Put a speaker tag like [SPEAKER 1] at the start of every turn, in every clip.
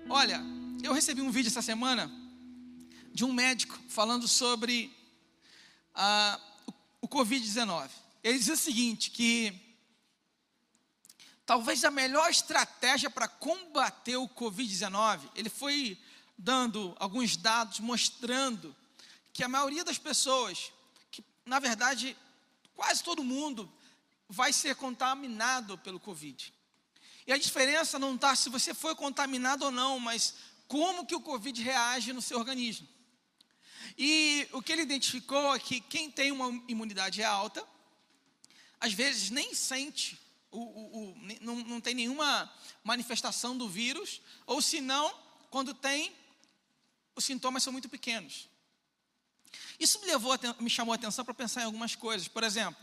[SPEAKER 1] Olha, eu recebi um vídeo essa semana de um médico falando sobre o Covid-19. Ele diz o seguinte, que talvez a melhor estratégia para combater o Covid-19, ele foi dando alguns dados mostrando que a maioria das pessoas, que na verdade quase todo mundo vai ser contaminado pelo Covid. E a diferença não está se você foi contaminado ou não, mas como que o Covid reage no seu organismo. E o que ele identificou é que quem tem uma imunidade alta, às vezes nem sente, não tem nenhuma manifestação do vírus, ou se não, quando tem, os sintomas são muito pequenos. Isso me chamou a atenção para pensar em algumas coisas. Por exemplo,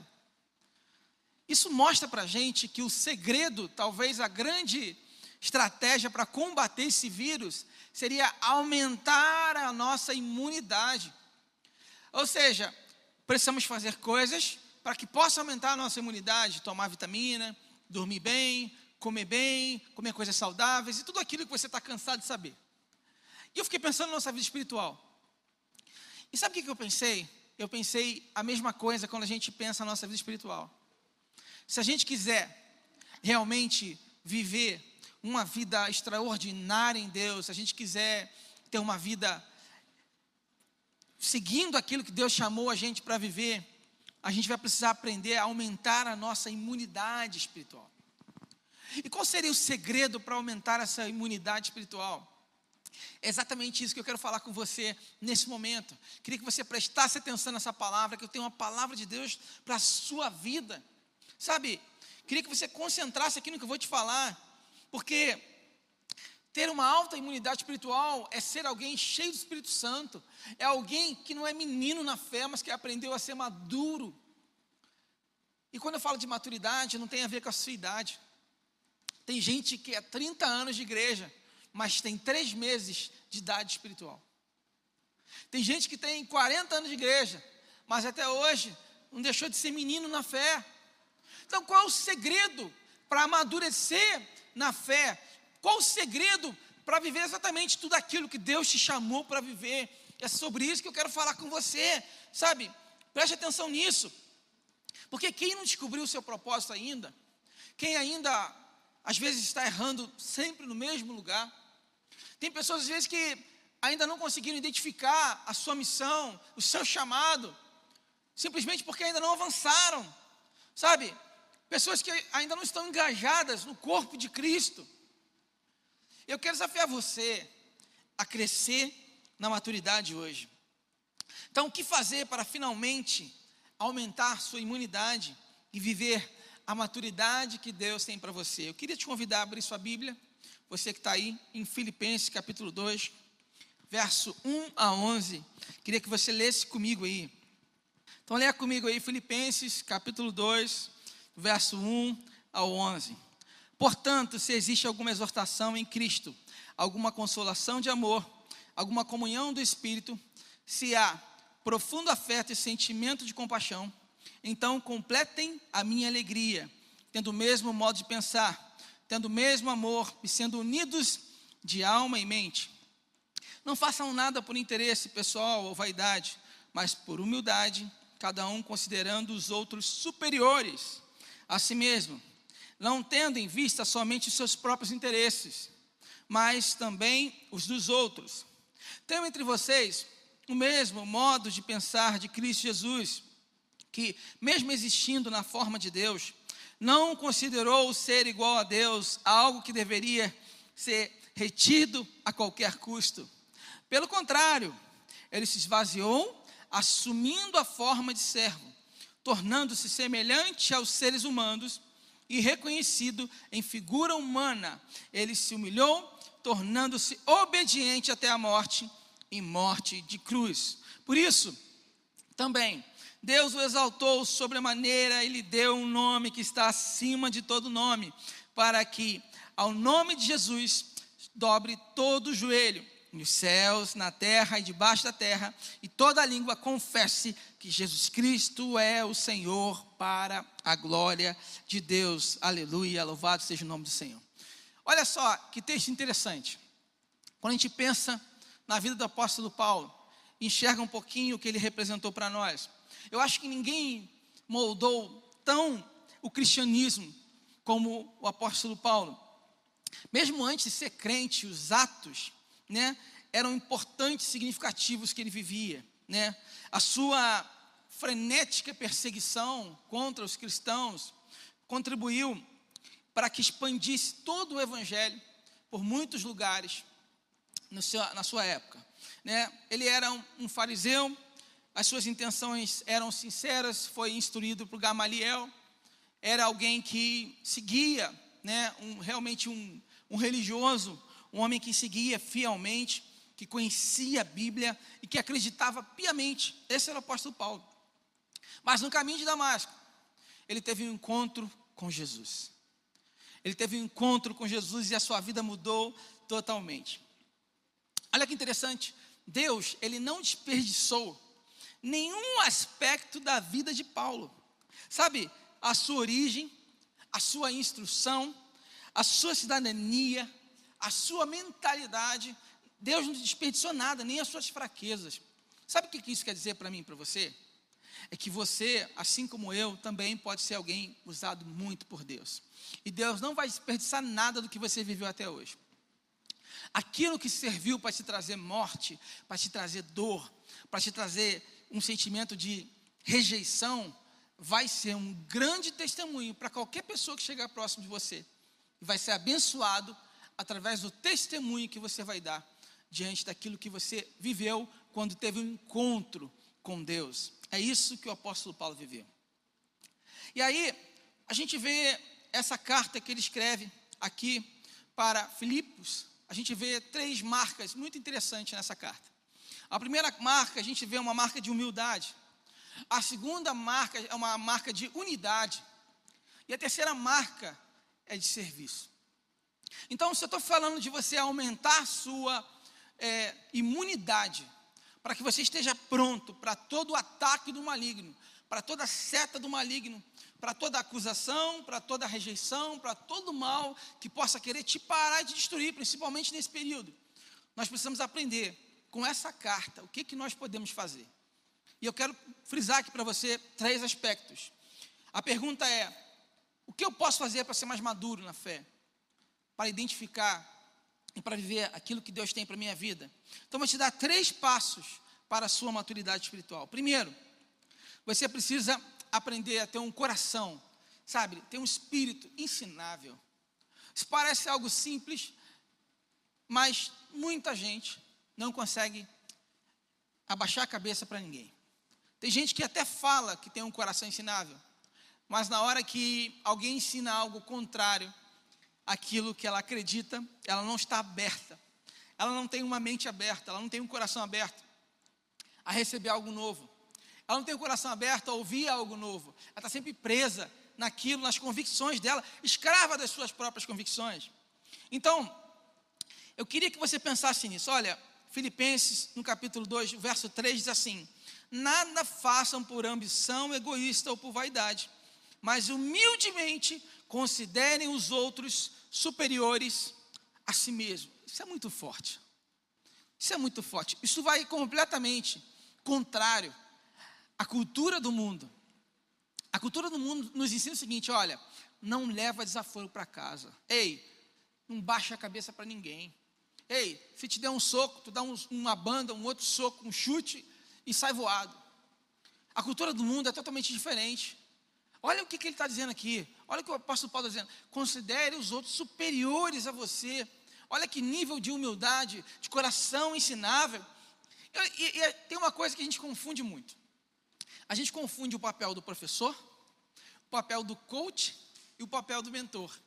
[SPEAKER 1] isso mostra para a gente que o segredo, talvez a grande estratégia para combater esse vírus, seria aumentar a nossa imunidade. Ou seja, precisamos fazer coisas para que possa aumentar a nossa imunidade, tomar vitamina, dormir bem, comer coisas saudáveis e tudo aquilo que você está cansado de saber. E eu fiquei pensando na nossa vida espiritual. E sabe o que eu pensei? Eu pensei a mesma coisa quando a gente pensa na nossa vida espiritual. Se a gente quiser realmente viver uma vida extraordinária em Deus, se a gente quiser ter uma vida seguindo aquilo que Deus chamou a gente para viver, a gente vai precisar aprender a aumentar a nossa imunidade espiritual. E qual seria o segredo para aumentar essa imunidade espiritual? É exatamente isso que eu quero falar com você nesse momento. Queria que você prestasse atenção nessa palavra, que eu tenho uma palavra de Deus para a sua vida. Sabe, queria que você concentrasse aqui no que eu vou te falar, porque ter uma alta imunidade espiritual é ser alguém cheio do Espírito Santo, é alguém que não é menino na fé, mas que aprendeu a ser maduro. E quando eu falo de maturidade, não tem a ver com a sua idade. Tem gente que é 30 anos de igreja, mas tem 3 meses de idade espiritual. Tem gente que tem 40 anos de igreja, mas até hoje não deixou de ser menino na fé. Então, qual é o segredo para amadurecer na fé? Qual o segredo para viver exatamente tudo aquilo que Deus te chamou para viver? É sobre isso que eu quero falar com você, sabe? Preste atenção nisso, porque quem não descobriu o seu propósito ainda, quem ainda, às vezes, está errando sempre no mesmo lugar, tem pessoas, às vezes, que ainda não conseguiram identificar a sua missão, o seu chamado, simplesmente porque ainda não avançaram, sabe? Pessoas que ainda não estão engajadas no corpo de Cristo. Eu quero desafiar você a crescer na maturidade hoje. Então, o que fazer para finalmente aumentar sua imunidade e viver a maturidade que Deus tem para você? Eu queria te convidar a abrir sua Bíblia, você que está aí em Filipenses capítulo 2, verso 1 a 11. Queria que você lesse comigo aí. Então, leia comigo aí Filipenses capítulo 2, verso 1 ao 11. Portanto, se existe alguma exortação em Cristo, alguma consolação de amor, alguma comunhão do Espírito, se há profundo afeto e sentimento de compaixão, então completem a minha alegria, tendo o mesmo modo de pensar, tendo o mesmo amor e sendo unidos de alma e mente. Não façam nada por interesse pessoal ou vaidade, mas por humildade, cada um considerando os outros superiores a si mesmo, não tendo em vista somente os seus próprios interesses, mas também os dos outros. Tenham entre vocês o mesmo modo de pensar de Cristo Jesus, que, mesmo existindo na forma de Deus, não considerou o ser igual a Deus algo que deveria ser retido a qualquer custo. Pelo contrário, ele se esvaziou, assumindo a forma de servo, tornando-se semelhante aos seres humanos e reconhecido em figura humana. Ele se humilhou, tornando-se obediente até a morte, e morte de cruz. Por isso, também, Deus o exaltou sobremaneira e lhe deu um nome que está acima de todo nome, para que, ao nome de Jesus, dobre todo o joelho, nos céus, na terra e debaixo da terra, e toda a língua confesse que Jesus Cristo é o Senhor, para a glória de Deus. Aleluia, louvado seja o nome do Senhor. Olha só que texto interessante. Quando a gente pensa na vida do apóstolo Paulo, enxerga um pouquinho o que ele representou para nós. Eu acho que ninguém moldou tão o cristianismo como o apóstolo Paulo. Mesmo antes de ser crente, os atos, né, eram importantes, significativos que ele vivia, né? A sua frenética perseguição contra os cristãos contribuiu para que expandisse todo o evangelho por muitos lugares na sua época, né? Ele era um fariseu, as suas intenções eram sinceras, foi instruído por Gamaliel, era alguém que seguia, né, realmente um religioso, um homem que seguia fielmente, que conhecia a Bíblia e que acreditava piamente. Esse era o apóstolo Paulo. Mas no caminho de Damasco, ele teve um encontro com Jesus. Ele teve um encontro com Jesus e a sua vida mudou totalmente. Olha que interessante, Deus, ele não desperdiçou nenhum aspecto da vida de Paulo. Sabe, a sua origem, a sua instrução, a sua cidadania, a sua mentalidade, Deus não desperdiçou nada, nem as suas fraquezas. Sabe o que isso quer dizer para mim e para você? É que você, assim como eu, também pode ser alguém usado muito por Deus. E Deus não vai desperdiçar nada do que você viveu até hoje. Aquilo que serviu para te trazer morte, para te trazer dor, para te trazer um sentimento de rejeição, vai ser um grande testemunho para qualquer pessoa que chegar próximo de você. E vai ser abençoado através do testemunho que você vai dar diante daquilo que você viveu quando teve um encontro com Deus. É isso que o apóstolo Paulo viveu. E aí, a gente vê essa carta que ele escreve aqui para Filipos. A gente vê 3 marcas muito interessantes nessa carta. A primeira marca, a gente vê uma marca de humildade. A segunda marca é uma marca de unidade. E a terceira marca é de serviço. Então, se eu estou falando de você aumentar a sua imunidade, para que você esteja pronto para todo o ataque do maligno, para toda a seta do maligno, para toda acusação, para toda rejeição, para todo mal que possa querer te parar e te destruir, principalmente nesse período. Nós precisamos aprender com essa carta o que nós podemos fazer. E eu quero frisar aqui para você 3 aspectos. A pergunta é: o que eu posso fazer para ser mais maduro na fé? Para identificar e para viver aquilo que Deus tem para a minha vida? Então, vou te dar 3 passos para a sua maturidade espiritual. Primeiro, você precisa aprender a ter um coração, sabe, ter um espírito ensinável. Isso parece algo simples, mas muita gente não consegue abaixar a cabeça para ninguém. Tem gente que até fala que tem um coração ensinável, mas na hora que alguém ensina algo contrário àquilo que ela acredita, ela não está aberta. Ela não tem uma mente aberta, ela não tem um coração aberto a receber algo novo. Ela não tem o coração aberto a ouvir algo novo. Ela está sempre presa naquilo, nas convicções dela, escrava das suas próprias convicções. Então, eu queria que você pensasse nisso. Olha, Filipenses, no capítulo 2, verso 3, diz assim: nada façam por ambição egoísta ou por vaidade, mas humildemente considerem os outros superiores a si mesmo. Isso é muito forte. Isso é muito forte. Isso vai completamente contrário à cultura do mundo. A cultura do mundo nos ensina o seguinte: olha, não leva desaforo para casa. Ei, não baixa a cabeça para ninguém. Ei, se te der um soco, tu dá uma banda, um outro soco, um chute e sai voado. A cultura do mundo é totalmente diferente. Olha o que ele está dizendo aqui. Olha o que o apóstolo Paulo está dizendo. Considere os outros superiores a você. Olha que nível de humildade, de coração ensinável. E tem uma coisa que a gente confunde muito. A gente confunde o papel do professor, o papel do coach e o papel do mentor.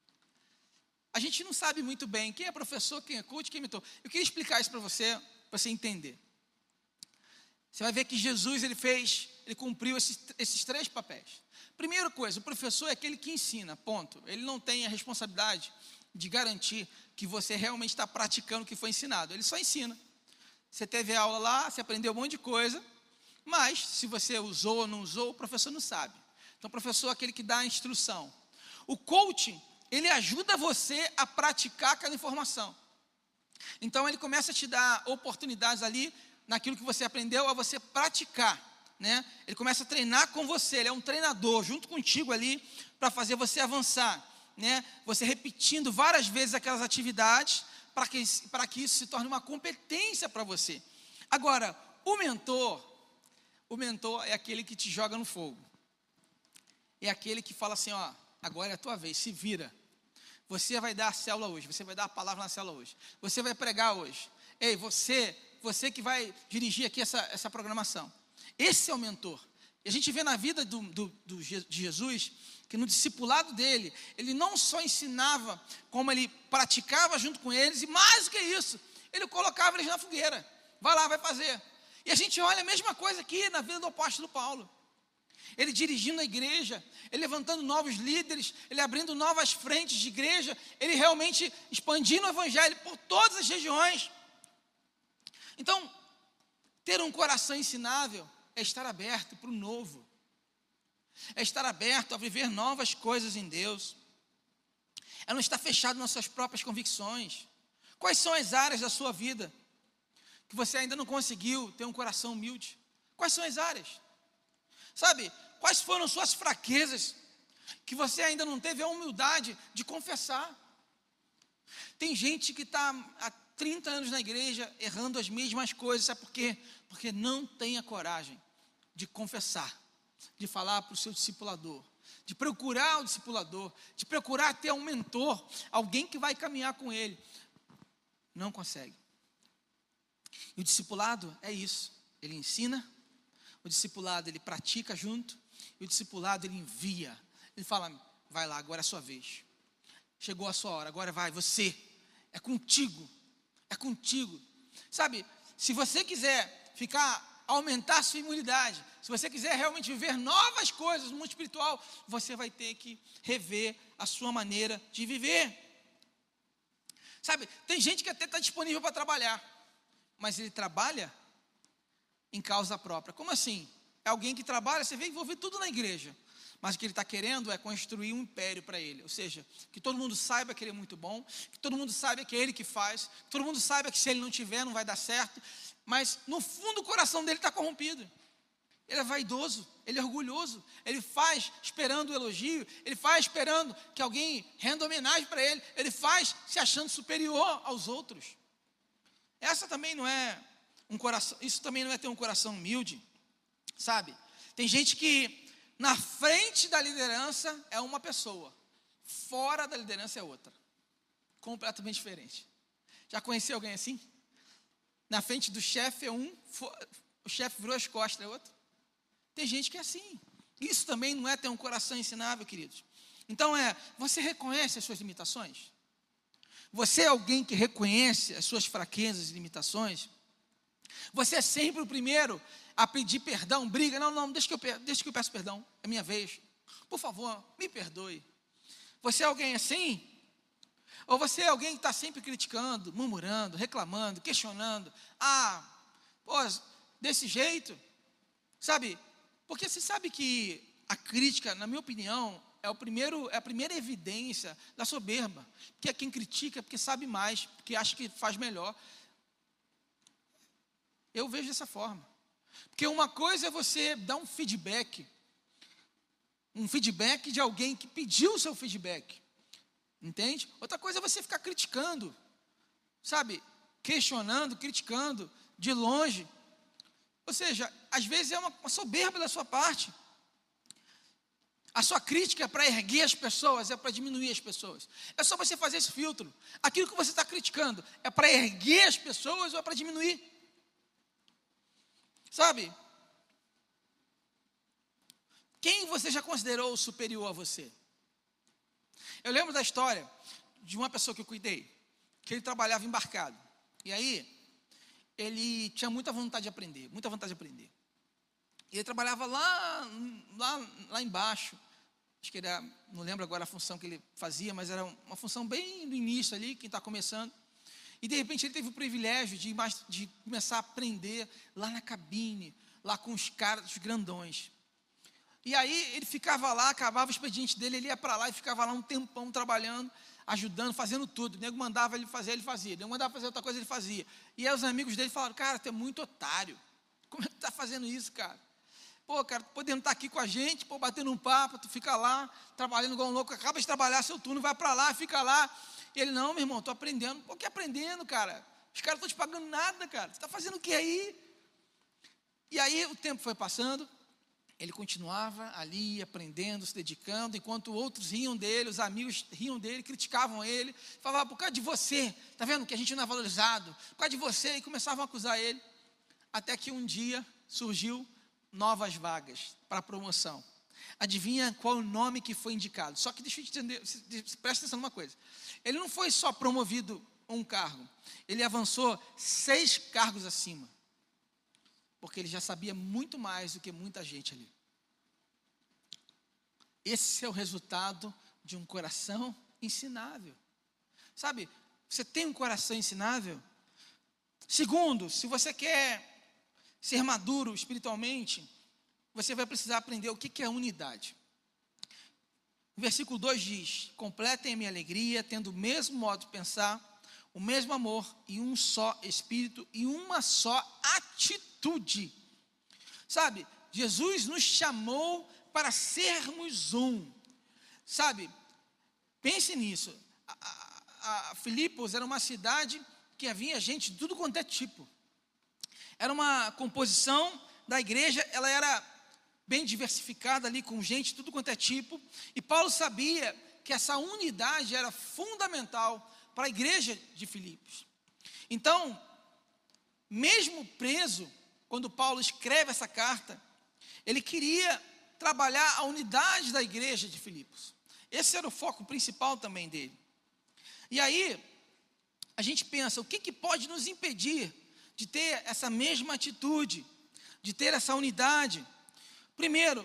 [SPEAKER 1] A gente não sabe muito bem quem é professor, quem é coach, quem é mentor. Eu queria explicar isso para você entender. Você vai ver que Jesus, ele cumpriu esses 3 papéis. Primeira coisa, o professor é aquele que ensina, ponto. Ele não tem a responsabilidade de garantir que você realmente está praticando o que foi ensinado. Ele só ensina. Você teve aula lá, você aprendeu um monte de coisa, mas se você usou ou não usou, o professor não sabe. Então, o professor é aquele que dá a instrução. O coaching, ele ajuda você a praticar aquela informação. Então ele começa a te dar oportunidades ali, naquilo que você aprendeu, a você praticar, né? Ele começa a treinar com você, ele é um treinador junto contigo ali, para fazer você avançar, né? Você repetindo várias vezes aquelas atividades, para que isso se torne uma competência para você. Agora, o mentor é aquele que te joga no fogo. É aquele que fala assim, ó, agora é a tua vez, se vira. Você vai dar a célula hoje, você vai dar a palavra na célula hoje. Você vai pregar hoje. Ei, você que vai dirigir aqui essa programação. Esse é o mentor. E a gente vê na vida de Jesus, que no discipulado dele, ele não só ensinava, como ele praticava junto com eles, e mais do que isso, ele colocava eles na fogueira. Vai lá, vai fazer. E a gente olha a mesma coisa aqui na vida do apóstolo Paulo. Ele dirigindo a igreja, ele levantando novos líderes, ele abrindo novas frentes de igreja, ele realmente expandindo o evangelho por todas as regiões. Então, ter um coração ensinável é estar aberto para o novo, é estar aberto a viver novas coisas em Deus, é não estar fechado nas suas próprias convicções. Quais são as áreas da sua vida que você ainda não conseguiu ter um coração humilde? Quais são as áreas? Sabe, quais foram suas fraquezas que você ainda não teve a humildade de confessar? Tem gente que está há 30 anos na igreja errando as mesmas coisas, sabe por quê? Porque não tem a coragem de confessar, de falar para o seu discipulador, de procurar o discipulador, de procurar ter um mentor, alguém que vai caminhar com ele. Não consegue. E o discipulado é isso, ele ensina, o discipulado ele pratica junto, e o discipulado ele envia, ele fala, vai lá, agora é a sua vez, chegou a sua hora, agora vai, você, é contigo, sabe, se você quiser aumentar a sua imunidade, se você quiser realmente viver novas coisas no mundo espiritual, você vai ter que rever a sua maneira de viver, sabe, tem gente que até está disponível para trabalhar, mas ele trabalha em causa própria. Como assim? É alguém que trabalha, você vê envolver tudo na igreja, mas o que ele está querendo é construir um império para ele, ou seja, que todo mundo saiba que ele é muito bom, que todo mundo saiba que é ele que faz, que todo mundo saiba que se ele não tiver não vai dar certo, mas no fundo o coração dele está corrompido, ele é vaidoso, ele é orgulhoso, ele faz esperando o elogio, ele faz esperando que alguém renda homenagem para ele, ele faz se achando superior aos outros. Essa também não é um coração, isso também não é ter um coração humilde, sabe? Tem gente que na frente da liderança é uma pessoa, fora da liderança é outra, completamente diferente. Já conheceu alguém assim? Na frente do chefe é um, o chefe virou as costas é outro. Tem gente que é assim. Isso também não é ter um coração ensinável, queridos. Então você reconhece as suas limitações? Você é alguém que reconhece as suas fraquezas e limitações? Você é sempre o primeiro a pedir perdão, briga, não, deixa que eu peço perdão, é minha vez, por favor, me perdoe. Você é alguém assim? Ou você é alguém que está sempre criticando, murmurando, reclamando, questionando, desse jeito, sabe, porque você sabe que a crítica, na minha opinião, é a primeira evidência da soberba, que é quem critica porque sabe mais, porque acha que faz melhor. Eu vejo dessa forma, porque uma coisa é você dar um feedback de alguém que pediu o seu feedback, entende? Outra coisa é você ficar criticando, sabe, questionando, criticando, de longe, ou seja, às vezes é uma soberba da sua parte. A sua crítica é para erguer as pessoas, é para diminuir as pessoas. É só você fazer esse filtro. Aquilo que você está criticando é para erguer as pessoas ou é para diminuir? Sabe? Quem você já considerou superior a você? Eu lembro da história de uma pessoa que eu cuidei, que ele trabalhava embarcado. E aí, ele tinha muita vontade de aprender, muita vontade de aprender. E ele trabalhava lá embaixo. Acho que não lembro agora a função que ele fazia, mas era uma função bem no início ali, quem está começando. E de repente ele teve o privilégio de começar a aprender lá na cabine, lá com os caras, os grandões. E aí ele ficava lá, acabava o expediente dele, ele ia para lá e ficava lá um tempão trabalhando, ajudando, fazendo tudo. O nego mandava ele fazer, ele fazia. O nego mandava fazer outra coisa, ele fazia. E aí os amigos dele falaram: cara, tu é muito otário. Como é que tu está fazendo isso, cara? Pô, cara, tu podendo estar aqui com a gente, pô, batendo um papo, tu fica lá, trabalhando igual um louco, acaba de trabalhar seu turno, vai para lá, fica lá. E ele: não, meu irmão, estou aprendendo. Pô, que aprendendo, cara? Os caras não estão te pagando nada, cara. Você está fazendo o que aí? E aí o tempo foi passando, ele continuava ali, aprendendo, se dedicando, enquanto outros riam dele, os amigos riam dele, criticavam ele, falavam: por causa de você, está vendo que a gente não é valorizado, por causa de você, e começavam a acusar ele, até que um dia surgiu novas vagas para promoção. Adivinha qual o nome que foi indicado? Só que deixa eu te entender, presta atenção numa coisa, ele não foi só promovido um cargo, ele avançou 6 cargos acima, porque ele já sabia muito mais do que muita gente ali. Esse é o resultado de um coração ensinável. Sabe, você tem um coração ensinável? Segundo, se você quer ser maduro espiritualmente, você vai precisar aprender o que é unidade. O versículo 2 diz: completem a minha alegria, tendo o mesmo modo de pensar, o mesmo amor e um só espírito e uma só atitude. Sabe, Jesus nos chamou para sermos um. Sabe, pense nisso. Filipos era uma cidade que havia gente de tudo quanto é tipo. Era uma composição da igreja, ela era bem diversificada ali, com gente de tudo quanto é tipo. E Paulo sabia que essa unidade era fundamental para a igreja de Filipos. Então, mesmo preso, quando Paulo escreve essa carta, ele queria trabalhar a unidade da igreja de Filipos. Esse era o foco principal também dele. E aí, a gente pensa: o que pode nos impedir de ter essa mesma atitude, de ter essa unidade? Primeiro,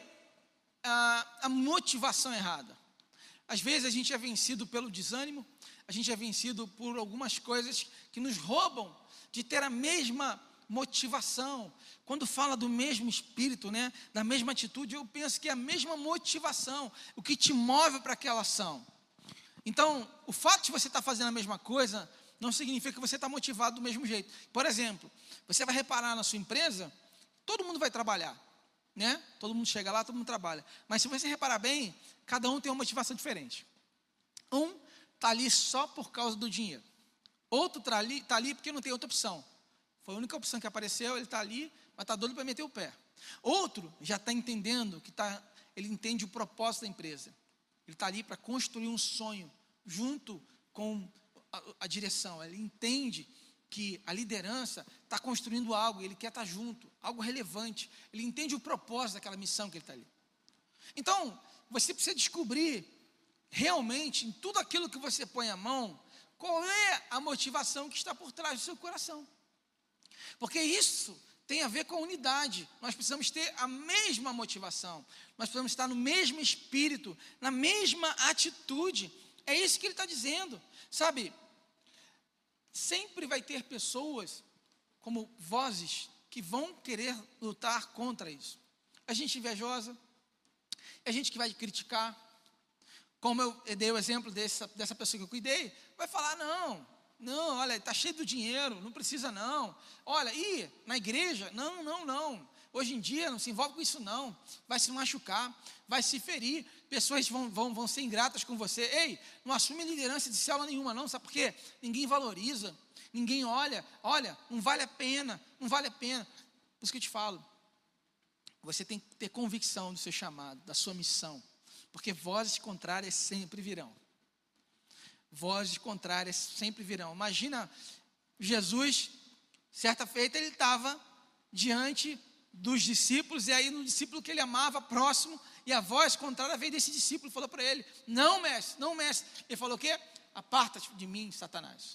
[SPEAKER 1] a motivação errada. Às vezes a gente é vencido pelo desânimo, a gente é vencido por algumas coisas que nos roubam de ter a mesma motivação. Quando fala do mesmo espírito, né, da mesma atitude, eu penso que é a mesma motivação, o que te move para aquela ação. Então, o fato de você estar fazendo a mesma coisa não significa que você está motivado do mesmo jeito. Por exemplo, você vai reparar na sua empresa, todo mundo vai trabalhar, né? Todo mundo chega lá, todo mundo trabalha. Mas se você reparar bem, cada um tem uma motivação diferente. Um está ali só por causa do dinheiro. Outro está ali porque não tem outra opção. Foi a única opção que apareceu, ele está ali, mas está doido para meter o pé. Outro já está entendendo ele entende o propósito da empresa. Ele está ali para construir um sonho junto com a direção. Ele entende que a liderança está construindo algo, ele quer estar junto, algo relevante. Ele entende o propósito daquela missão que ele está ali. Então, você precisa descobrir realmente, em tudo aquilo que você põe a mão, qual é a motivação que está por trás do seu coração. Porque isso tem a ver com a unidade. Nós precisamos ter a mesma motivação, nós precisamos estar no mesmo espírito, na mesma atitude. É isso que ele está dizendo. Sabe, sempre vai ter pessoas como vozes que vão querer lutar contra isso. A gente invejosa, a gente que vai criticar, como eu dei o exemplo dessa pessoa que eu cuidei, vai falar: não, olha, está cheio do dinheiro, não precisa não. Olha, na igreja, não. Hoje em dia não se envolve com isso não, vai se machucar, vai se ferir, pessoas vão ser ingratas com você. Ei, não assume liderança de célula nenhuma não, sabe por quê? Ninguém valoriza, ninguém olha, não vale a pena. Por isso que eu te falo, você tem que ter convicção do seu chamado, da sua missão, porque vozes contrárias sempre virão. Vozes contrárias sempre virão. Imagina Jesus, certa feita ele estava diante dos discípulos, e aí no discípulo que ele amava, próximo, e a voz contrária veio desse discípulo e falou para ele: não mestre. Ele falou o quê? Aparta-te de mim, Satanás.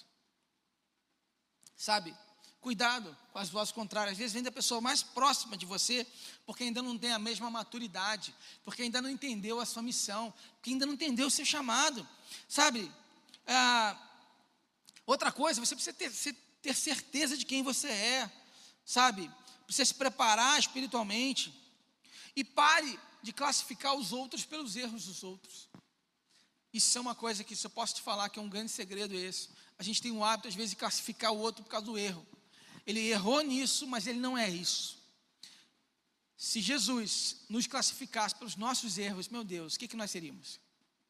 [SPEAKER 1] Sabe, cuidado com as vozes contrárias. Às vezes vem da pessoa mais próxima de você, porque ainda não tem a mesma maturidade, porque ainda não entendeu a sua missão, porque ainda não entendeu o seu chamado. Sabe, outra coisa, você precisa ter certeza de quem você é, sabe? Precisa se preparar espiritualmente. E pare de classificar os outros pelos erros dos outros. Isso é uma coisa que eu posso te falar que é um grande segredo esse. A gente tem o hábito, às vezes, de classificar o outro por causa do erro. Ele errou nisso, mas ele não é isso. Se Jesus nos classificasse pelos nossos erros, meu Deus, o que nós seríamos?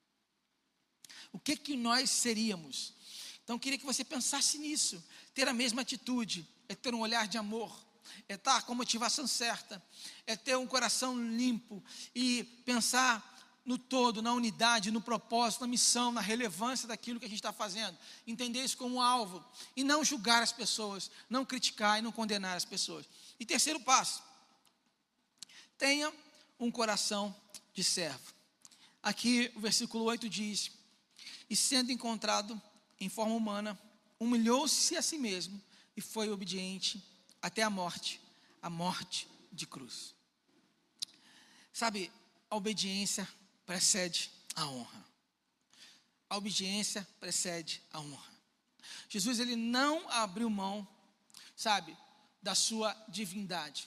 [SPEAKER 1] O que nós seríamos? Então, eu queria que você pensasse nisso. Ter a mesma atitude é ter um olhar de amor, é estar com a motivação certa, é ter um coração limpo e pensar no todo, na unidade, no propósito, na missão, na relevância daquilo que a gente está fazendo. Entender isso como um alvo e não julgar as pessoas, não criticar e não condenar as pessoas. E terceiro passo, tenha um coração de servo. Aqui o versículo 8 diz: e sendo encontrado em forma humana, humilhou-se a si mesmo e foi obediente até a morte de cruz. Sabe, a obediência precede a honra. A obediência precede a honra. Jesus, ele não abriu mão, sabe, da sua divindade.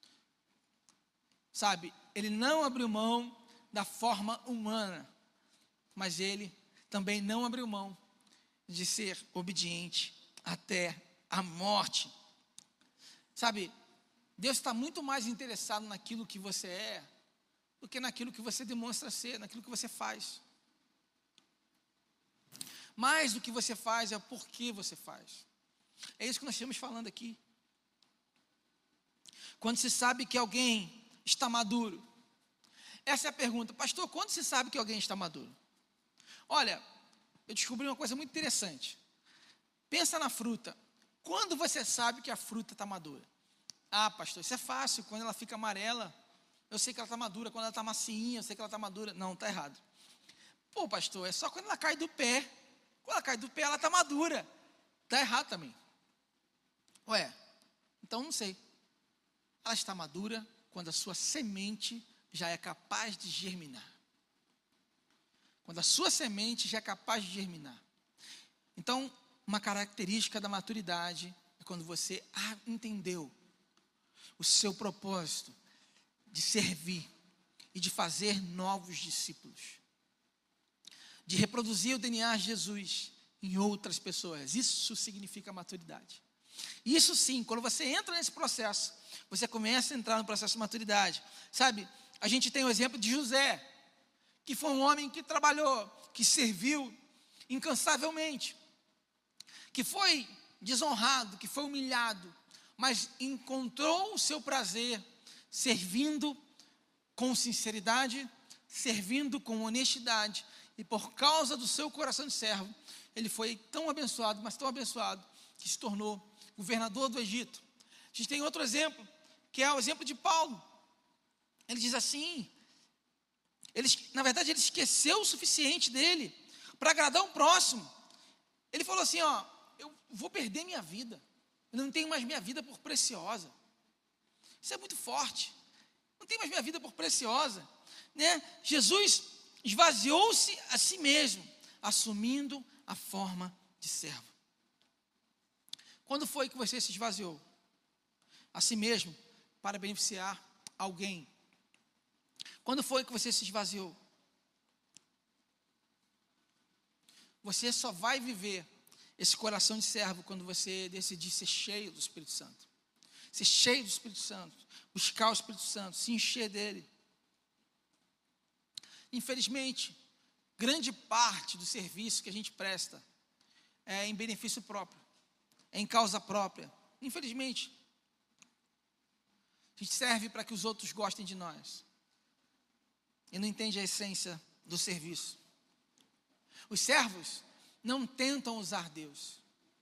[SPEAKER 1] Sabe, ele não abriu mão da forma humana, mas ele também não abriu mão de ser obediente até a morte. Sabe, Deus está muito mais interessado naquilo que você é do que naquilo que você demonstra ser, naquilo que você faz. Mais do que você faz é o porquê você faz. É isso que nós estamos falando aqui. Quando se sabe que alguém está maduro. Essa é a pergunta. Pastor, quando se sabe que alguém está maduro? Olha, eu descobri uma coisa muito interessante. Pensa na fruta. Quando você sabe que a fruta está madura? Ah, pastor, isso é fácil. Quando ela fica amarela, eu sei que ela está madura. Quando ela está macinha, eu sei que ela está madura. Não, está errado. Pô, pastor, é só quando ela cai do pé. Quando ela cai do pé, ela está madura. Está errado também. Ué, então não sei. Ela está madura quando a sua semente já é capaz de germinar. Quando a sua semente já é capaz de germinar. Então, uma característica da maturidade é quando você entendeu o seu propósito de servir e de fazer novos discípulos, de reproduzir o DNA de Jesus em outras pessoas. Isso significa maturidade. Isso sim, quando você entra nesse processo, você começa a entrar no processo de maturidade. Sabe, a gente tem o exemplo de José, que foi um homem que trabalhou, que serviu incansavelmente, que foi desonrado, que foi humilhado, mas encontrou o seu prazer servindo com sinceridade, servindo com honestidade, e por causa do seu coração de servo, ele foi tão abençoado, mas tão abençoado, que se tornou governador do Egito. A gente tem outro exemplo, que é o exemplo de Paulo. Ele diz assim, na verdade ele esqueceu o suficiente dele para agradar o próximo. Ele falou assim, eu vou perder minha vida, eu não tenho mais minha vida por preciosa. Isso é muito forte. Não tenho mais minha vida por preciosa, né? Jesus esvaziou-se a si mesmo, assumindo a forma de servo. Quando foi que você se esvaziou a si mesmo para beneficiar alguém? Quando foi que você se esvaziou? Você só vai viver esse coração de servo quando você decidir ser cheio do Espírito Santo. Ser cheio do Espírito Santo, buscar o Espírito Santo, se encher dele. Infelizmente, grande parte do serviço que a gente presta é em benefício próprio, é em causa própria. Infelizmente, a gente serve para que os outros gostem de nós e não entende a essência do serviço. Os servos não tentam usar Deus,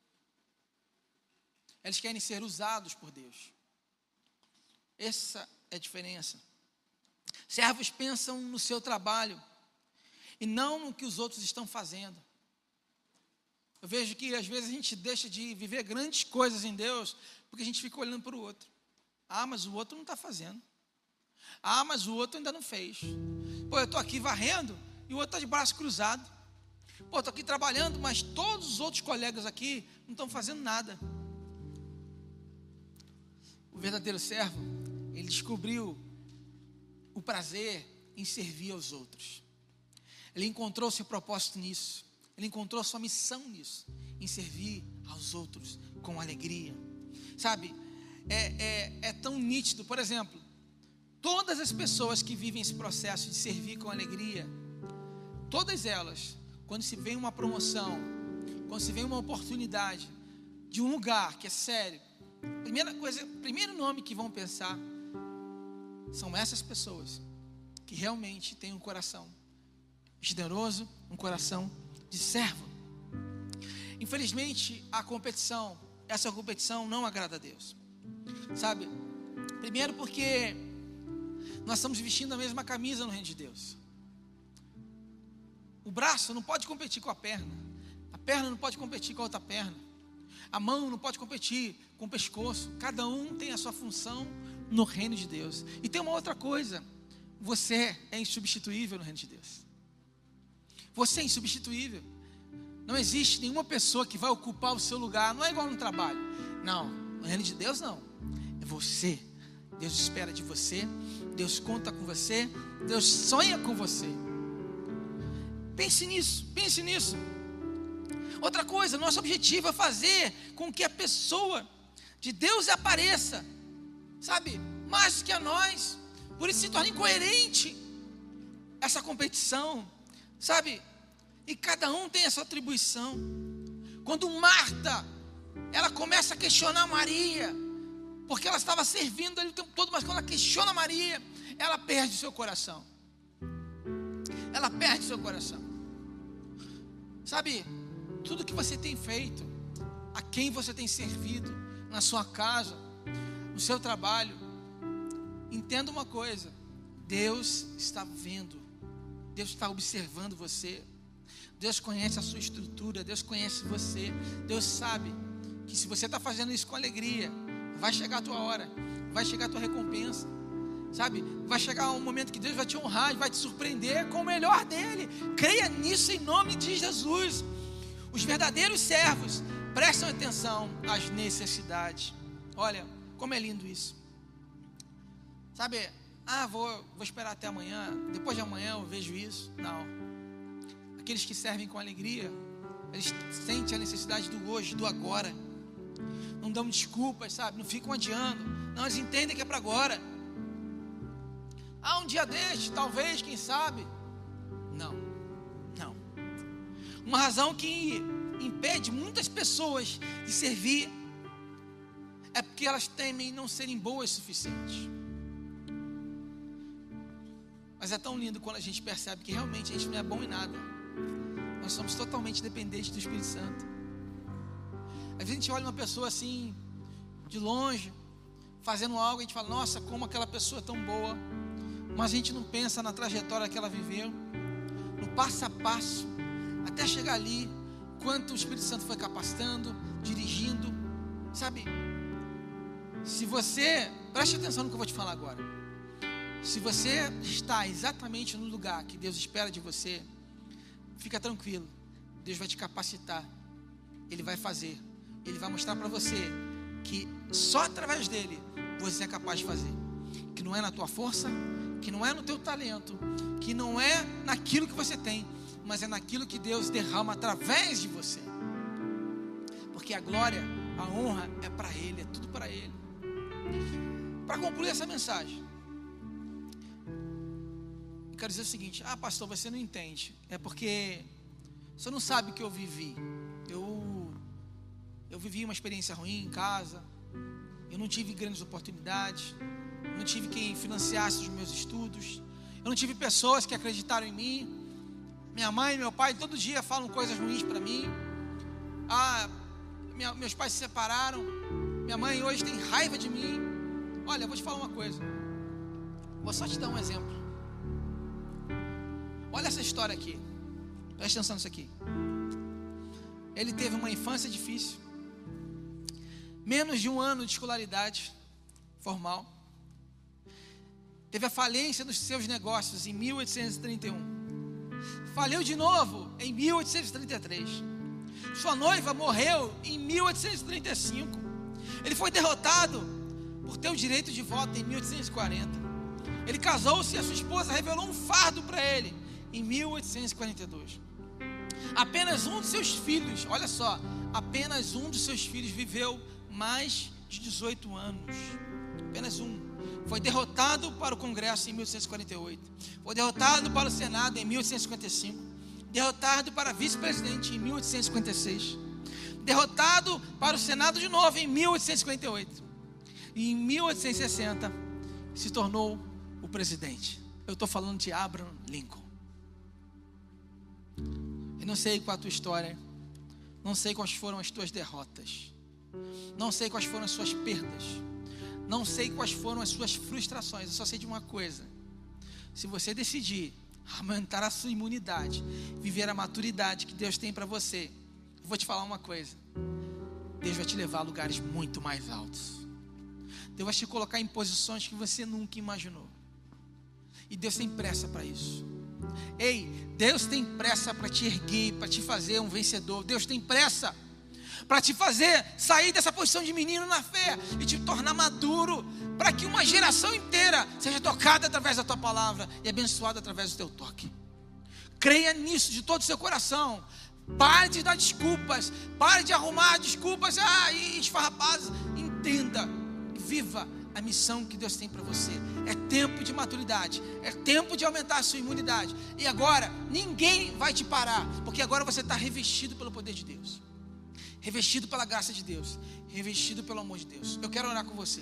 [SPEAKER 1] eles querem ser usados por Deus. Essa é a diferença. Servos pensam no seu trabalho e não no que os outros estão fazendo. Eu vejo que às vezes a gente deixa de viver grandes coisas em Deus porque a gente fica olhando para o outro. Ah, mas o outro não está fazendo. Ah, mas o outro ainda não fez. Pô, eu estou aqui varrendo e o outro está de braço cruzado. Pô, estou aqui trabalhando, mas todos os outros colegas aqui não estão fazendo nada. O verdadeiro servo, ele descobriu o prazer em servir aos outros. Ele encontrou seu propósito nisso. Ele encontrou sua missão nisso, em servir aos outros com alegria. Sabe, é tão nítido. Por exemplo, todas as pessoas que vivem esse processo de servir com alegria, todas elas, quando se vê uma promoção, quando se vê uma oportunidade de um lugar que é sério, primeiro nome que vão pensar são essas pessoas que realmente têm um coração generoso, um coração de servo. Infelizmente, essa competição não agrada a Deus. Sabe? Primeiro porque nós estamos vestindo a mesma camisa no reino de Deus. O braço não pode competir com a perna não pode competir com a outra perna, a mão não pode competir com o pescoço. Cada um tem a sua função no reino de Deus. E tem uma outra coisa: você é insubstituível no reino de Deus. Você é insubstituível. Não existe nenhuma pessoa que vai ocupar o seu lugar. Não é igual no trabalho. Não, no reino de Deus não. É você. Deus espera de você. Deus conta com você. Deus sonha com você. Pense nisso, pense nisso. Outra coisa, nosso objetivo é fazer com que a pessoa de Deus apareça, sabe, mais que a nós. Por isso se torna incoerente essa competição, sabe? E cada um tem a sua atribuição. Quando Marta, ela começa a questionar Maria, porque ela estava servindo ali o tempo todo, mas quando ela questiona Maria, ela perde o seu coração. Ela perde o seu coração. Sabe, tudo que você tem feito, a quem você tem servido, na sua casa, no seu trabalho, entenda uma coisa: Deus está vendo, Deus está observando você. Deus conhece a sua estrutura, Deus conhece você. Deus sabe que se você está fazendo isso com alegria, vai chegar a tua hora, vai chegar a tua recompensa, sabe? Vai chegar um momento que Deus vai te honrar e vai te surpreender com o melhor dele. Creia nisso em nome de Jesus. Os verdadeiros servos prestam atenção às necessidades. Olha, como é lindo isso. Sabe, vou esperar até amanhã, depois de amanhã eu vejo isso. Não. Aqueles que servem com alegria, eles sentem a necessidade do hoje, do agora. Não dão desculpas, sabe? Não ficam adiando. Não, eles entendem que é para agora. Um dia deste, talvez, quem sabe. Não. Uma razão que impede muitas pessoas de servir é porque elas temem não serem boas o suficiente. Mas é tão lindo quando a gente percebe que realmente a gente não é bom em nada. Nós somos totalmente dependentes do Espírito Santo. Às vezes a gente olha uma pessoa assim, de longe, fazendo algo, e a gente fala: nossa, como aquela pessoa é tão boa. Mas a gente não pensa na trajetória que ela viveu, no passo a passo, até chegar ali, quanto o Espírito Santo foi capacitando, dirigindo, sabe? Se você, preste atenção no que eu vou te falar agora. Se você está exatamente no lugar que Deus espera de você, fica tranquilo, Deus vai te capacitar, Ele vai fazer, Ele vai mostrar para você que só através dele você é capaz de fazer, que não é na tua força, que não é no teu talento, que não é naquilo que você tem, mas é naquilo que Deus derrama através de você, porque a glória, a honra é para Ele, é tudo para Ele. Para concluir essa mensagem, eu quero dizer o seguinte: pastor, você não entende, é porque você não sabe o que eu vivi. Eu vivi uma experiência ruim em casa, eu não tive grandes oportunidades, eu não tive quem financiasse os meus estudos, eu não tive pessoas que acreditaram em mim. Minha mãe e meu pai todo dia falam coisas ruins para mim. Meus pais se separaram, minha mãe hoje tem raiva de mim. Olha, eu vou te falar uma coisa, vou só te dar um exemplo. Olha essa história aqui, presta atenção nisso aqui. Ele teve uma infância difícil, menos de 1 ano de escolaridade formal, teve a falência dos seus negócios em 1831, faliu de novo em 1833, sua noiva morreu em 1835, ele foi derrotado por ter o direito de voto em 1840, Ele casou-se e a sua esposa revelou um fardo para ele em 1842. Apenas um de seus filhos, olha só, apenas um dos seus filhos viveu mais de 18 anos. Apenas um. Foi derrotado para o Congresso em 1848. Foi derrotado para o Senado em 1855. Derrotado para vice-presidente em 1856. Derrotado para o Senado de novo em 1858. E em 1860 se tornou o presidente. Eu estou falando de Abraham Lincoln. Eu não sei qual a tua história. Não sei quais foram as tuas derrotas. Não sei quais foram as suas perdas. Não sei quais foram as suas frustrações. Eu só sei de uma coisa: se você decidir aumentar a sua imunidade, viver a maturidade que Deus tem para você, eu vou te falar uma coisa: Deus vai te levar a lugares muito mais altos. Deus vai te colocar em posições que você nunca imaginou. E Deus tem pressa para isso. Ei, Deus tem pressa para te erguer, para te fazer um vencedor. Deus tem pressa para te fazer sair dessa posição de menino na fé e te tornar maduro, para que uma geração inteira seja tocada através da tua palavra e abençoada através do teu toque. Creia nisso de todo o seu coração. Pare de dar desculpas, pare de arrumar desculpas esfarrapadas. Entenda, viva a missão que Deus tem para você. É tempo de maturidade, é tempo de aumentar a sua imunidade. E agora ninguém vai te parar, porque agora você está revestido pelo poder de Deus, revestido pela graça de Deus, revestido pelo amor de Deus. Eu quero orar com você.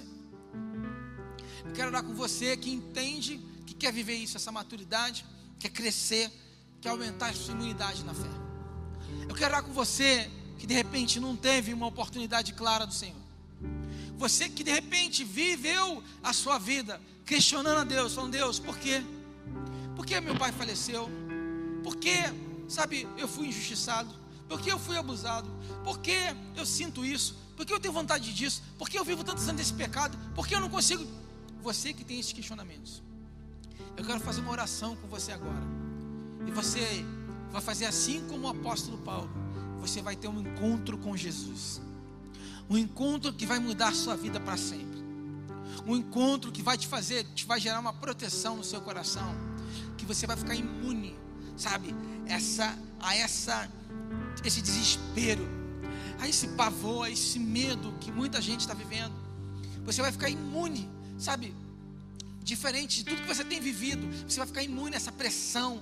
[SPEAKER 1] Eu quero orar com você que entende, que quer viver isso, essa maturidade, quer crescer, quer aumentar a sua imunidade na fé. Eu quero orar com você que de repente não teve uma oportunidade clara do Senhor. Você que de repente viveu a sua vida questionando a Deus, falando: Deus, por quê? Por que meu pai faleceu? Por que, sabe, eu fui injustiçado? Por que eu fui abusado? Por que eu sinto isso? Por que eu tenho vontade disso? Por que eu vivo tantos anos desse pecado? Por que eu não consigo? Você que tem esses questionamentos, eu quero fazer uma oração com você agora. E você vai fazer assim como o apóstolo Paulo. Você vai ter um encontro com Jesus. Um encontro que vai mudar a sua vida para sempre. Um encontro que vai te vai gerar uma proteção no seu coração. Que você vai ficar imune, sabe, esse desespero, a esse pavor, a esse medo que muita gente está vivendo. Você vai ficar imune, sabe, diferente de tudo que você tem vivido. Você vai ficar imune a essa pressão,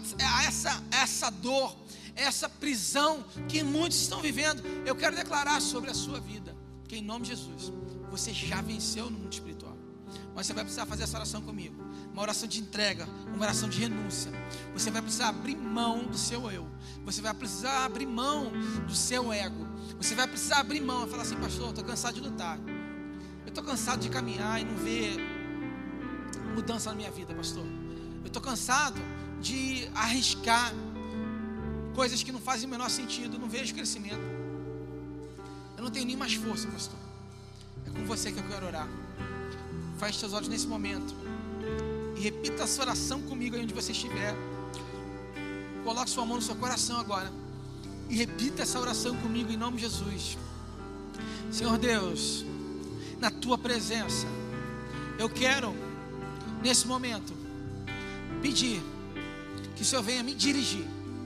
[SPEAKER 1] a essa dor, essa prisão que muitos estão vivendo. Eu quero declarar sobre a sua vida que em nome de Jesus você já venceu no mundo espiritual. Mas você vai precisar fazer essa oração comigo, uma oração de entrega, uma oração de renúncia. Você vai precisar abrir mão do seu eu. Você vai precisar abrir mão do seu ego. Você vai precisar abrir mão e falar assim: pastor, eu estou cansado de lutar. Eu estou cansado de caminhar e não ver mudança na minha vida, pastor. Eu estou cansado de arriscar coisas que não fazem o menor sentido. Eu não vejo crescimento. Eu não tenho nem mais força, pastor. É com você que eu quero orar. Feche seus olhos nesse momento e repita essa oração comigo aí onde você estiver. Coloque sua mão no seu coração agora e repita essa oração comigo em nome de Jesus. Senhor Deus, na tua presença, eu quero nesse momento pedir que o Senhor venha me dirigir.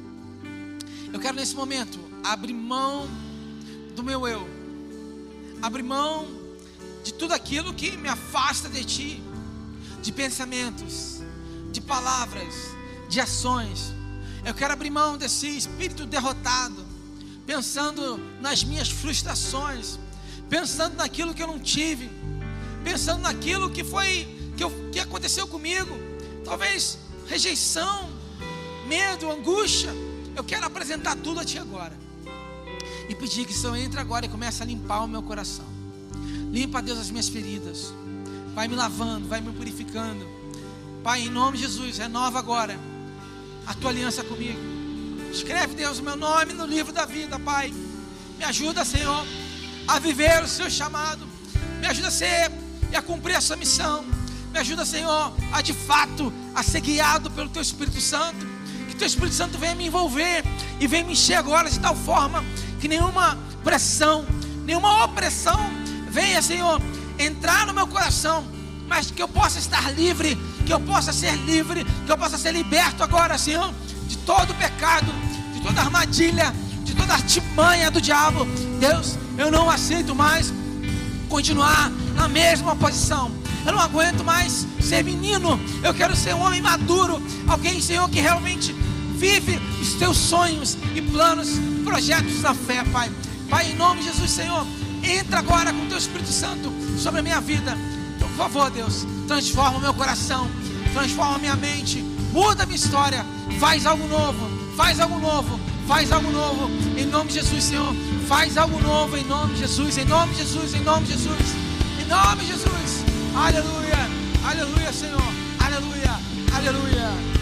[SPEAKER 1] Eu quero nesse momento abrir mão do meu eu, abrir mão de tudo aquilo que me afasta de Ti, de pensamentos, de palavras, de ações. Eu quero abrir mão desse espírito derrotado, pensando nas minhas frustrações, pensando naquilo que eu não tive, pensando naquilo que aconteceu comigo, talvez rejeição, medo, angústia. Eu quero apresentar tudo a Ti agora e pedir que o Senhor entre agora e comece a limpar o meu coração. Limpa, Deus, as minhas feridas. Vai me lavando, vai me purificando. Pai, em nome de Jesus, renova agora a Tua aliança comigo. Escreve, Deus, o meu nome no livro da vida, Pai. Me ajuda, Senhor, a viver o Seu chamado. Me ajuda a ser e a cumprir a Sua missão. Me ajuda, Senhor, a de fato a ser guiado pelo Teu Espírito Santo. Que Teu Espírito Santo venha me envolver e venha me encher agora de tal forma que nenhuma pressão, nenhuma opressão venha, Senhor, entrar no meu coração mas que eu possa estar livre, que eu possa ser livre, que eu possa ser liberto agora, Senhor, de todo pecado, de toda armadilha, de toda artimanha do diabo. Deus, eu não aceito mais continuar na mesma posição. Eu não aguento mais ser menino. Eu quero ser um homem maduro, alguém, Senhor, que realmente vive os teus sonhos e planos e projetos da fé, Pai. Pai, em nome de Jesus, Senhor, entra agora com o teu Espírito Santo sobre a minha vida. Então, por favor, Deus, transforma o meu coração, transforma a minha mente, muda a minha história, faz algo novo, faz algo novo, faz algo novo, em nome de Jesus, Senhor. Faz algo novo em nome de Jesus, em nome de Jesus, em nome de Jesus, em nome de Jesus. Aleluia, aleluia, Senhor, aleluia, aleluia.